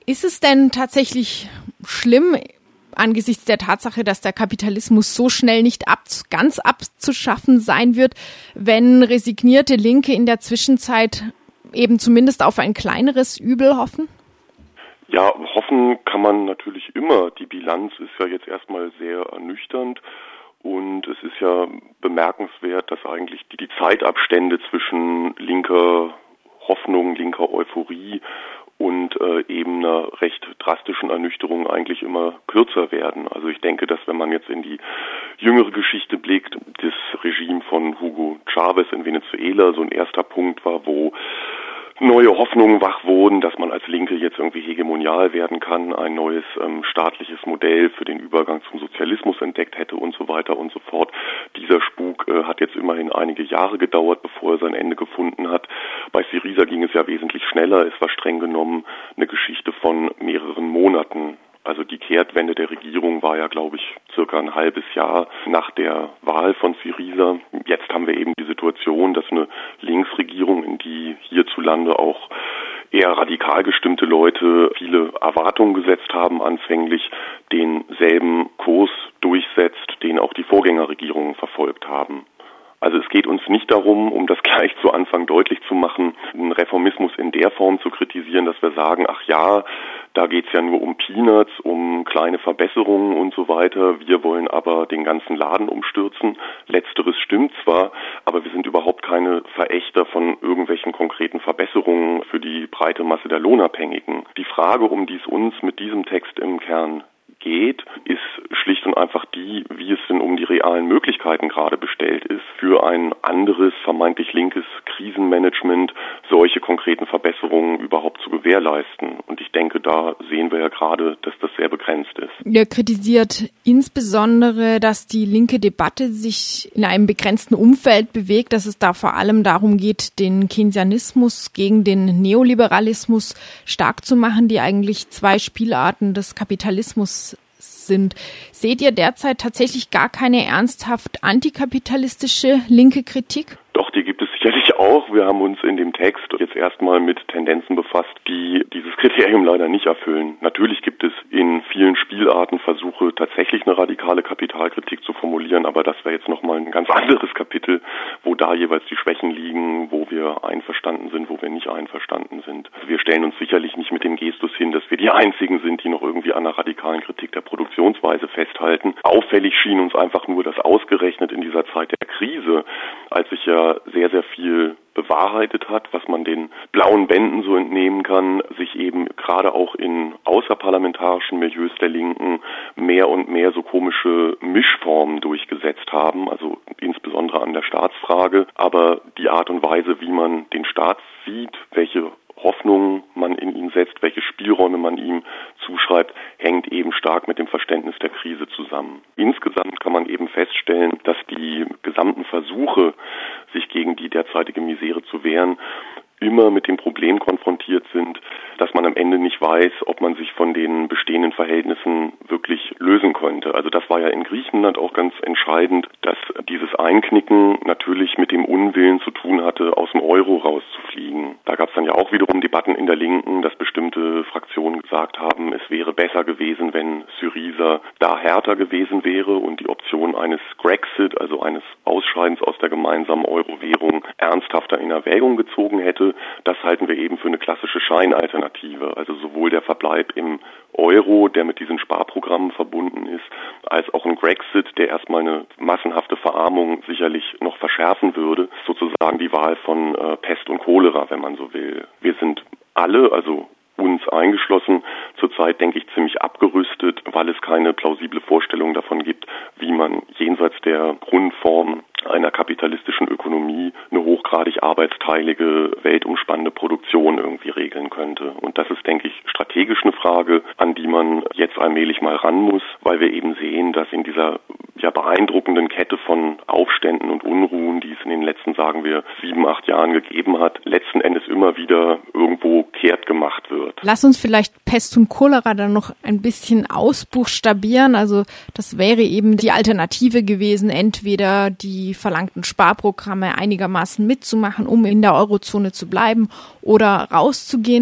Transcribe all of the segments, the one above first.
Ist es denn tatsächlich schlimm, angesichts der Tatsache, dass der Kapitalismus so schnell nicht ganz abzuschaffen sein wird, wenn resignierte Linke in der Zwischenzeit eben zumindest auf ein kleineres Übel hoffen? Ja, hoffen kann man natürlich immer. Die Bilanz ist ja jetzt erstmal sehr ernüchternd. Und es ist ja bemerkenswert, dass eigentlich die Zeitabstände zwischen linker Hoffnung, linker Euphorie und eben einer recht drastischen Ernüchterung eigentlich immer kürzer werden. Also ich denke, dass wenn man jetzt in die jüngere Geschichte blickt, das Regime von Hugo Chavez in Venezuela so ein erster Punkt war, wo neue Hoffnungen wach wurden, dass man als Linke jetzt irgendwie hegemonial werden kann, ein neues staatliches Modell für den Übergang zum Sozialismus entdeckt hätte und so weiter und so fort. Dieser Spuk hat jetzt immerhin einige Jahre gedauert, bevor er sein Ende gefunden hat. Bei Syriza ging es ja wesentlich schneller. Es war streng genommen eine Geschichte von mehreren Monaten. Also die Kehrtwende der Regierung war ja, glaube ich, circa ein halbes Jahr nach der Wahl von Syriza. Jetzt haben wir eben die Situation, dass eine Linksregierung, in die hierzulande auch eher radikal gestimmte Leute viele Erwartungen gesetzt haben, anfänglich denselben Kurs durchsetzt, den auch die Vorgängerregierungen verfolgt haben. Also es geht uns nicht darum, um das gleich zu Anfang deutlich zu machen, einen Reformismus in der Form zu kritisieren, dass wir sagen, ach ja, da geht's ja nur um Peanuts, um kleine Verbesserungen und so weiter. Wir wollen aber den ganzen Laden umstürzen. Letzteres stimmt zwar, aber wir sind überhaupt keine Verächter von irgendwelchen konkreten Verbesserungen für die breite Masse der Lohnabhängigen. Die Frage, um die es uns mit diesem Text im Kern geht, ist schlicht und einfach die, wie es denn um die realen Möglichkeiten gerade bestellt ist, für ein anderes, vermeintlich linkes Krisenmanagement solche konkreten Verbesserungen überhaupt zu gewährleisten. Und ich denke, da sehen wir ja gerade, dass das sehr begrenzt ist. Er kritisiert insbesondere, dass die linke Debatte sich in einem begrenzten Umfeld bewegt, dass es da vor allem darum geht, den Keynesianismus gegen den Neoliberalismus stark zu machen, die eigentlich zwei Spielarten des Kapitalismus sind. Seht ihr derzeit tatsächlich gar keine ernsthaft antikapitalistische linke Kritik? Doch, die gibt es sicherlich auch. Wir haben uns in dem Text jetzt erstmal mit Tendenzen befasst, die dieses Kriterium leider nicht erfüllen. Natürlich gibt es in vielen Spielarten Versuche, tatsächlich eine radikale Kapitalkritik zu formulieren, aber das wäre jetzt nochmal ein ganz anderes Kapitel, wo da jeweils die Schwächen liegen, wo wir einverstanden sind, wo wir nicht einverstanden sind. Wir stellen uns sicherlich nicht mit dem Gestus hin, dass wir die Einzigen sind, die noch irgendwie an einer radikalen Kritik der Produktionsweise festhalten. Auffällig schien uns einfach nur, dass ausgerechnet in dieser Zeit der Krise, als sich ja sehr, sehr viel bewahrheitet hat, was man den blauen Bänden so entnehmen kann, sich eben gerade auch in außerparlamentarischen Milieus der Linken mehr und mehr so komische Mischformen durchgesetzt haben, also insbesondere an der Staatsfrage, aber die Art und Weise, wie man den Staat sieht, welche Hoffnungen man in ihn setzt, welche Spielräume man ihm zuschreibt, hängt eben stark mit dem Verständnis der Krise zusammen. Insgesamt kann man eben feststellen, dass die gesamten Versuche, sich gegen die derzeitige Misere zu wehren, immer mit dem Problem konfrontiert sind, dass man am Ende nicht weiß, ob man sich von den bestehenden Verhältnissen wirklich lösen könnte. Also das war ja in Griechenland auch ganz entscheidend, dass dieses Einknicken natürlich mit dem Unwillen zu tun hatte, aus dem Euro rauszufliegen. Da gab es dann ja auch wiederum Debatten in der Linken, dass bestimmte Fraktionen gesagt haben, es wäre besser gewesen, wenn Syriza da härter gewesen wäre und die Option eines Grexit, also eines Ausscheidens aus der gemeinsamen Euro-Währung, ernsthafter in Erwägung gezogen hätte. Das halten wir eben für eine klassische Scheinalternative. Also sowohl der Verbleib im Euro, der mit diesen Sparprogrammen verbunden ist, als auch ein Grexit, der erstmal eine massenhafte Verarmung sicherlich noch verschärfen würde. Sozusagen die Wahl von Pest und Cholera, wenn man so will. Wir sind alle, also uns eingeschlossen, zurzeit, denke ich, ziemlich abgerüstet, weil es keine plausible Vorstellung davon gibt, wie man jenseits der Grundform einer kapitalistischen Ökonomie eine hochgradig arbeitsteilige, weltumspannende Produktion irgendwie regeln könnte. Und das ist, denke ich, strategisch eine Frage, an die man jetzt allmählich mal ran muss, weil wir eben sehen, dass in dieser beeindruckenden Kette von Aufständen und Unruhen, die es in den letzten, sagen wir, 7-8 Jahren gegeben hat, letzten Endes immer wieder irgendwo kehrt gemacht wird. Lass uns vielleicht Pest und Cholera dann noch ein bisschen ausbuchstabieren. Also das wäre eben die Alternative gewesen, entweder die verlangten Sparprogramme einigermaßen mitzumachen, um in der Eurozone zu bleiben oder rauszugehen.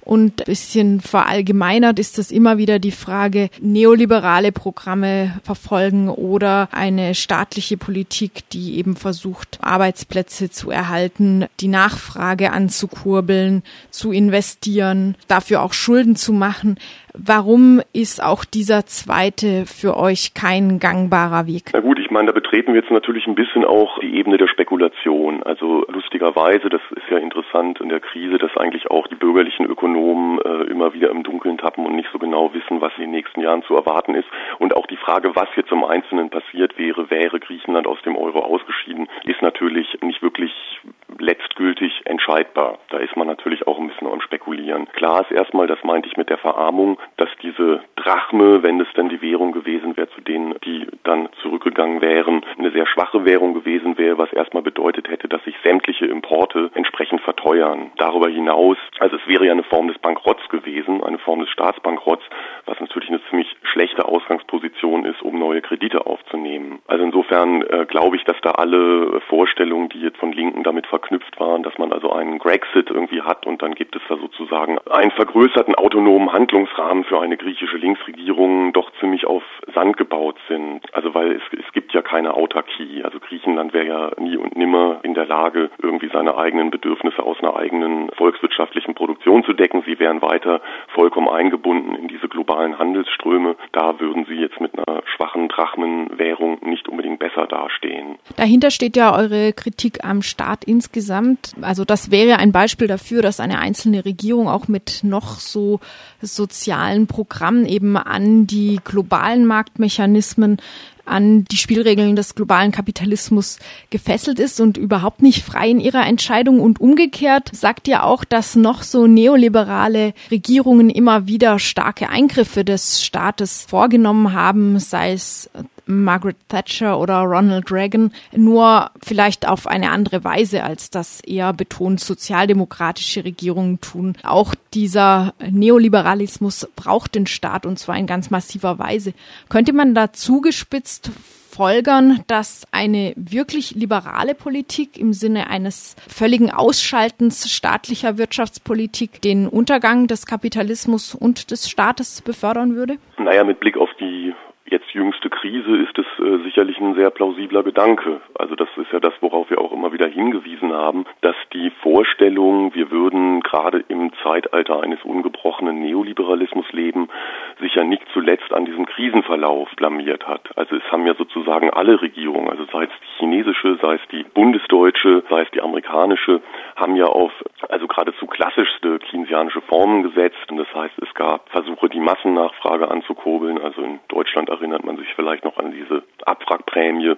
Und ein bisschen verallgemeinert ist das immer wieder die Frage, neoliberale Programme verfolgen oder eine staatliche Politik, die eben versucht, Arbeitsplätze zu erhalten, die Nachfrage anzukurbeln, zu investieren, dafür auch Schulden zu machen. Warum ist auch dieser zweite für euch kein gangbarer Weg? Na gut, ich meine, da betreten wir jetzt natürlich ein bisschen auch die Ebene der Spekulation. Also lustigerweise, das ist ja interessant in der Krise, dass eigentlich auch die bürgerlichen Ökonomen immer wieder im Dunkeln tappen und nicht so genau wissen, was in den nächsten Jahren zu erwarten ist. Und auch die Frage, was jetzt im Einzelnen passiert wäre Griechenland aus dem Euro ausgeschieden, ist natürlich nicht wirklich letztgültig entscheidbar. Da ist man natürlich auch ein bisschen am Spekulieren. Klar ist erstmal, das meinte ich mit der Verarmung, dass diese Drachme, wenn es dann die Währung gewesen wäre, zu denen die dann zurückgegangen wären, eine sehr schwache Währung gewesen wäre, was erstmal bedeutet hätte, dass sich sämtliche Importe entsprechend verteuern. Darüber hinaus, also es wäre ja eine Form des Bankrotts gewesen, eine Form des Staatsbankrotts, was natürlich eine ziemlich schlechte Ausgangsposition ist, um neue Kredite aufzunehmen. Also insofern glaube ich, dass da alle Vorstellungen, die jetzt von Linken damit verknüpft waren, dass man also einen Grexit irgendwie hat und dann gibt es da sozusagen einen vergrößerten autonomen Handlungsrahmen für eine griechische Linksregierung, doch ziemlich auf Sand gebaut sind. Also weil es gibt ja keine Autarkie. Also Griechenland wäre ja nie und nimmer in der Lage, irgendwie seine eigenen Bedürfnisse aus einer eigenen volkswirtschaftlichen Produktion zu decken. Sie wären weiter vollkommen eingebunden in diese globalen Handelsströme. Da würden sie jetzt mit einer schwachen Drachmenwährung nicht unbedingt besser dastehen. Dahinter steht ja eure Kritik am Staat insgesamt. Also das wäre ein Beispiel dafür, dass eine einzelne Regierung auch mit noch so sozialen Programmen eben an die globalen Marktmechanismen, an die Spielregeln des globalen Kapitalismus gefesselt ist und überhaupt nicht frei in ihrer Entscheidung. Und umgekehrt sagt ja auch, dass noch so neoliberale Regierungen immer wieder starke Eingriffe des Staates vorgenommen haben, sei es Margaret Thatcher oder Ronald Reagan, nur vielleicht auf eine andere Weise, als das eher betont sozialdemokratische Regierungen tun. Auch dieser Neoliberalismus braucht den Staat und zwar in ganz massiver Weise. Könnte man da zugespitzt folgern, dass eine wirklich liberale Politik im Sinne eines völligen Ausschaltens staatlicher Wirtschaftspolitik den Untergang des Kapitalismus und des Staates befördern würde? Naja, mit Blick auf die jetzt jüngste Krise ist es sicherlich ein sehr plausibler Gedanke. Also das ist ja das, worauf wir auch immer wieder hingewiesen haben, dass die Vorstellung, wir würden gerade im Zeitalter eines ungebrochenen Neoliberalismus leben, sich ja nicht zuletzt an diesem Krisenverlauf blamiert hat. Also es haben ja sozusagen alle Regierungen, also sei es die chinesische, sei es die bundesdeutsche, sei es die amerikanische, haben ja auf also geradezu klassischste keynesianische Formen gesetzt. Und das heißt, es gab Versuche, die Massennachfrage anzukurbeln. Also in Deutschland erinnert man sich vielleicht noch an diese Abwrackprämie.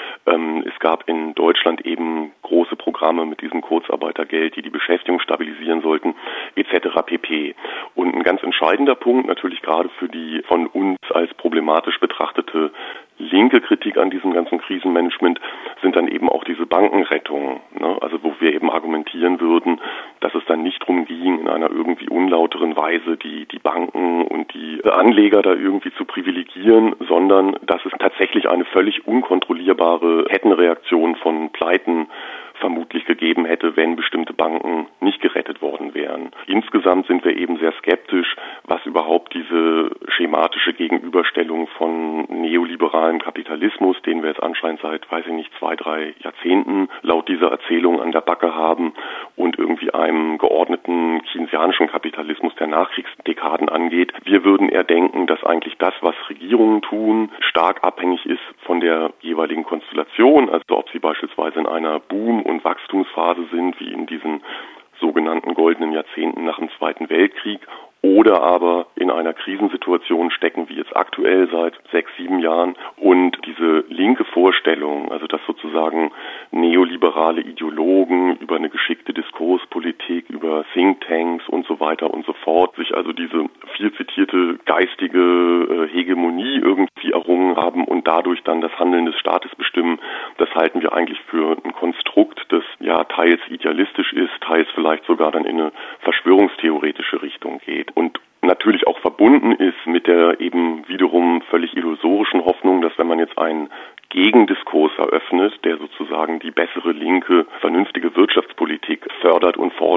Es gab in Deutschland eben große Programme mit diesem Kurzarbeitergeld, die Beschäftigung stabilisieren sollten, etc. pp. Und ein ganz entscheidender Punkt, natürlich gerade für die von uns als problematisch betrachtete linke Kritik an diesem ganzen Krisenmanagement, sind dann eben auch diese Bankenrettungen, ne? Also wo wir eben argumentieren würden, dass es dann nicht darum ging, in einer irgendwie unlauteren Weise die Banken und die Anleger da irgendwie zu privilegieren, sondern dass es tatsächlich eine völlig unkontrollierbare Kettenreaktion von Pleiten vermutlich gegeben hätte, wenn bestimmte Banken nicht gerettet worden wären. Insgesamt sind wir eben sehr skeptisch, was überhaupt diese schematische Gegenüberstellung von neoliberalem Kapitalismus, den wir jetzt anscheinend seit, 2-3 Jahrzehnten laut dieser Erzählung an der Backe haben, und irgendwie einem geordneten keynesianischen Kapitalismus der Nachkriegsdekaden angeht. Wir würden eher denken, dass eigentlich das, was Regierungen tun, stark abhängig ist von der jeweiligen Konstellation, also ob sie beispielsweise in einer Boom- und Wachstumsphase sind, wie in diesen sogenannten goldenen Jahrzehnten nach dem Zweiten Weltkrieg, oder aber in einer Krisensituation stecken, wie jetzt aktuell seit 6-7 Jahren. Und diese linke Vorstellung, also dass sozusagen neoliberale Ideologen über eine geschickte Diskurspolitik, über Thinktanks und so weiter und so fort, sich also diese viel zitierte geistige Hegemonie irgendwie errungen haben und dadurch dann das Handeln des Staates bestimmen, das halten wir eigentlich für ein Konstrukt, das ja teils idealistisch ist, teils vielleicht sogar dann in eine verschwörungstheoretische Richtung geht. Und natürlich auch verbunden ist mit der eben wiederum völlig illusorischen Hoffnung, dass wenn man jetzt einen Gegendiskurs eröffnet, der sozusagen die bessere linke, vernünftige Wirtschaftspolitik fördert und fordert,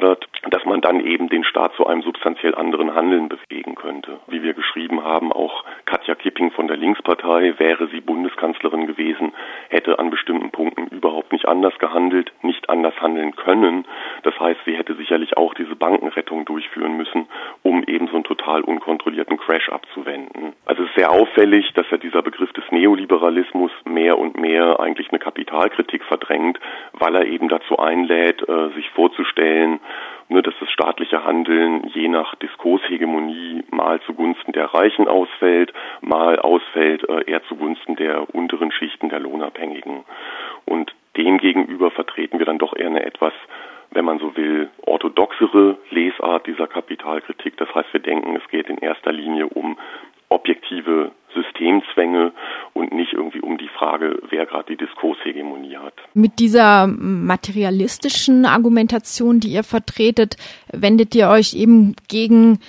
dass man dann eben den Staat zu einem substanziell anderen Handeln bewegen könnte. Wie wir geschrieben haben, auch Katja Kipping von der Linkspartei, wäre sie Bundeskanzlerin gewesen, hätte an bestimmten Punkten überhaupt nicht anders gehandelt, nicht anders handeln können. Das heißt, sie hätte sicherlich auch diese Bankenrettung durchführen müssen, um eben so einen total unkontrollierten Crash abzuwenden. Also es ist sehr auffällig, dass ja dieser Begriff des Neoliberalismus mehr und mehr eigentlich eine Kapitalkritik verdrängt, weil er eben dazu einlädt, sich vorzustellen, dass das staatliche Handeln je nach Diskurshegemonie mal zugunsten der Reichen ausfällt, mal ausfällt eher zugunsten der unteren Schichten der Lohnabhängigen. Und demgegenüber vertreten wir dann doch eher eine etwas, wenn man so will, orthodoxere Lesart dieser Kapitalkritik. Das heißt, wir denken, es geht in erster Linie um objektive Systemzwänge und nicht irgendwie um die Frage, wer gerade die Diskurshegemonie hat. Mit dieser materialistischen Argumentation, die ihr vertretet, wendet ihr euch eben gegen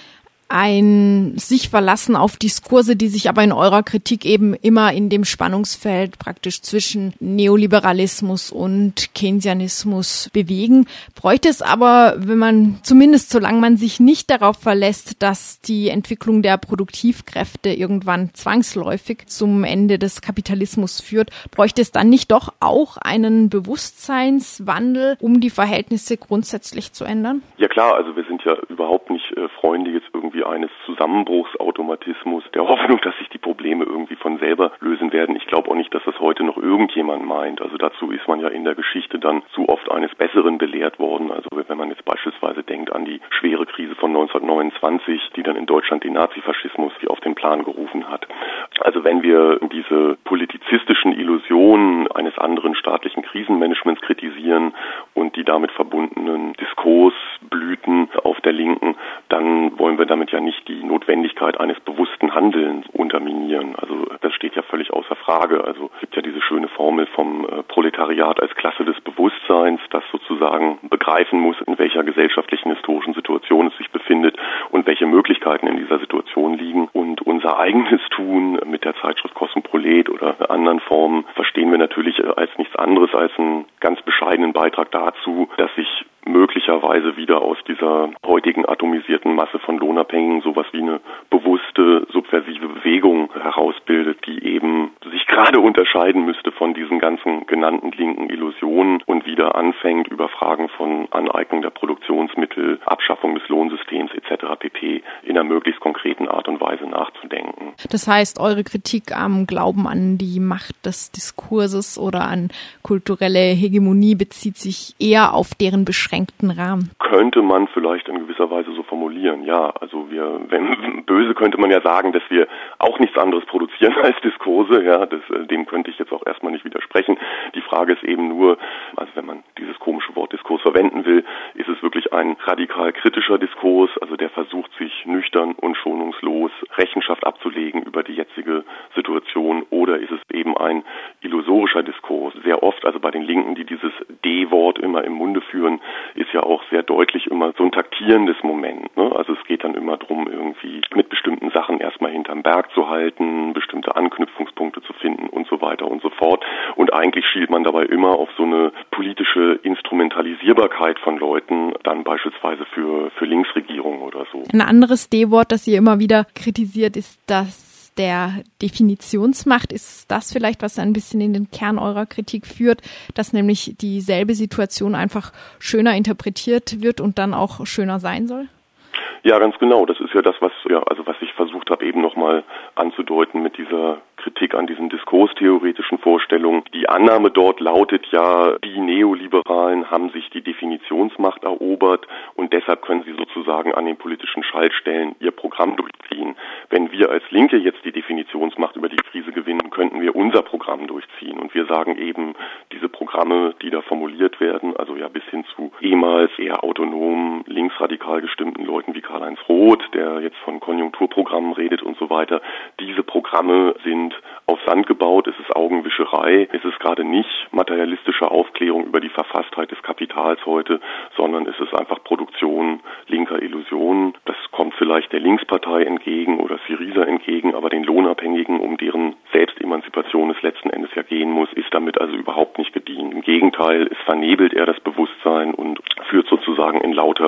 ein sich verlassen auf Diskurse, die sich aber in eurer Kritik eben immer in dem Spannungsfeld praktisch zwischen Neoliberalismus und Keynesianismus bewegen. Bräuchte es aber, wenn man, zumindest solange man sich nicht darauf verlässt, dass die Entwicklung der Produktivkräfte irgendwann zwangsläufig zum Ende des Kapitalismus führt, bräuchte es dann nicht doch auch einen Bewusstseinswandel, um die Verhältnisse grundsätzlich zu ändern? Ja klar, also wir sind ja überhaupt nicht Freunde jetzt irgendwie eines Zusammenbruchsautomatismus, der Hoffnung, dass sich die Probleme irgendwie von selber lösen werden. Ich glaube auch nicht, dass das heute noch irgendjemand meint. Also dazu ist man ja in der Geschichte dann zu oft eines Besseren belehrt worden. Also wenn man jetzt beispielsweise denkt an die schwere Krise von 1929, die dann in Deutschland den Nazifaschismus auf den Plan gerufen hat. Also wenn wir diese politizistischen Illusionen eines anderen staatlichen Krisenmanagements kritisieren und die damit verbundenen Diskursblüten auf der Linken, dann wollen wir damit ja nicht die Notwendigkeit eines bewussten Handelns unterminieren. Also das steht ja völlig außer Frage. Also es gibt ja diese schöne Formel vom Proletariat als Klasse des Bewusstseins, das sozusagen begreifen muss, in welcher gesellschaftlichen, historischen Situation es sich befindet und welche Möglichkeiten in dieser Situation liegen. Und unser eigenes Tun mit der Zeitschrift Kosmoprolet oder anderen Formen verstehen wir natürlich als nichts anderes als einen ganz bescheidenen Beitrag dazu, dass sich möglicherweise wieder aus dieser heutigen atomisierten Masse von Lohnabhängigen sowas wie eine bewusste, subversive Bewegung herausbildet, die eben sich gerade unterscheiden müsste von diesen ganzen genannten linken Illusionen und wieder anfängt, über Fragen von Aneignung der Produktionsmittel, Abschaffung des Lohnsystems etc. pp. In einer möglichst konkreten Art und Weise nachzudenken. Das heißt, eure Kritik am Glauben an die Macht des Diskurses oder an kulturelle Hegemonie bezieht sich eher auf deren beschränkten Rahmen. Könnte man vielleicht in gewisser Weise so formulieren, ja. Also wenn böse könnte man ja sagen, dass wir auch nichts anderes produzieren als Diskurse, ja. Dem könnte ich jetzt auch erstmal nicht widersprechen. Die Frage ist eben nur, also wenn man dieses komische Wort Diskurs verwenden will, ist es wirklich ein radikal kritischer Diskurs, also der versucht, sich nüchtern und schonungslos Rechenschaft abzulegen über die jetzige Situation, oder ist es eben ein illusorischer Diskurs? Sehr oft, also bei den Linken, die dieses D-Wort immer im Munde führen, ist ja auch sehr deutlich immer so ein taktierendes Moment, ne? Also es geht dann immer darum, irgendwie mit bestimmten Sachen erstmal hinterm Berg zu halten, bestimmte Anknüpfungspunkte zu finden und so weiter und so fort. Und eigentlich schielt man dabei immer auf so eine politische Instrumentalisierbarkeit von Leuten, dann beispielsweise für Linksregierungen oder so. Ein anderes D-Wort, das ihr immer wieder kritisiert, ist das der Definitionsmacht. Ist das vielleicht, was ein bisschen in den Kern eurer Kritik führt, dass nämlich dieselbe Situation einfach schöner interpretiert wird und dann auch schöner sein soll? Ja, ganz genau. Das ist ja das, was ich versucht habe, eben nochmal anzudeuten mit dieser Kritik an diesen diskurstheoretischen Vorstellungen. Die Annahme dort lautet ja, die Neoliberalen haben sich die Definitionsmacht erobert und deshalb können sie sozusagen an den politischen Schaltstellen ihr Programm durchziehen. Wenn wir als Linke jetzt die Definitionsmacht über die Krise gewinnen, könnten wir unser Programm durchziehen. Und wir sagen eben, diese Programme, die da formuliert werden, also ja bis hin zu ehemals eher autonom, linksradikal gestimmten Leuten wie Karl-Heinz Roth, der jetzt von Konjunkturprogrammen redet und so weiter, diese Programme sind auf Sand gebaut, es ist Augenwischerei, es ist gerade nicht materialistische Aufklärung über die Verfasstheit des Kapitals heute, sondern es ist einfach Produktion linker Illusionen. Das kommt vielleicht der Linkspartei entgegen oder Syriza entgegen, aber den Lohnabhängigen, um deren Selbstemanzipation es letzten Endes ja gehen muss, ist damit also überhaupt nicht gedient. Im Gegenteil, es vernebelt eher das Bewusstsein und führt sozusagen in lauter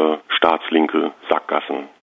staatslinke Sackgassen.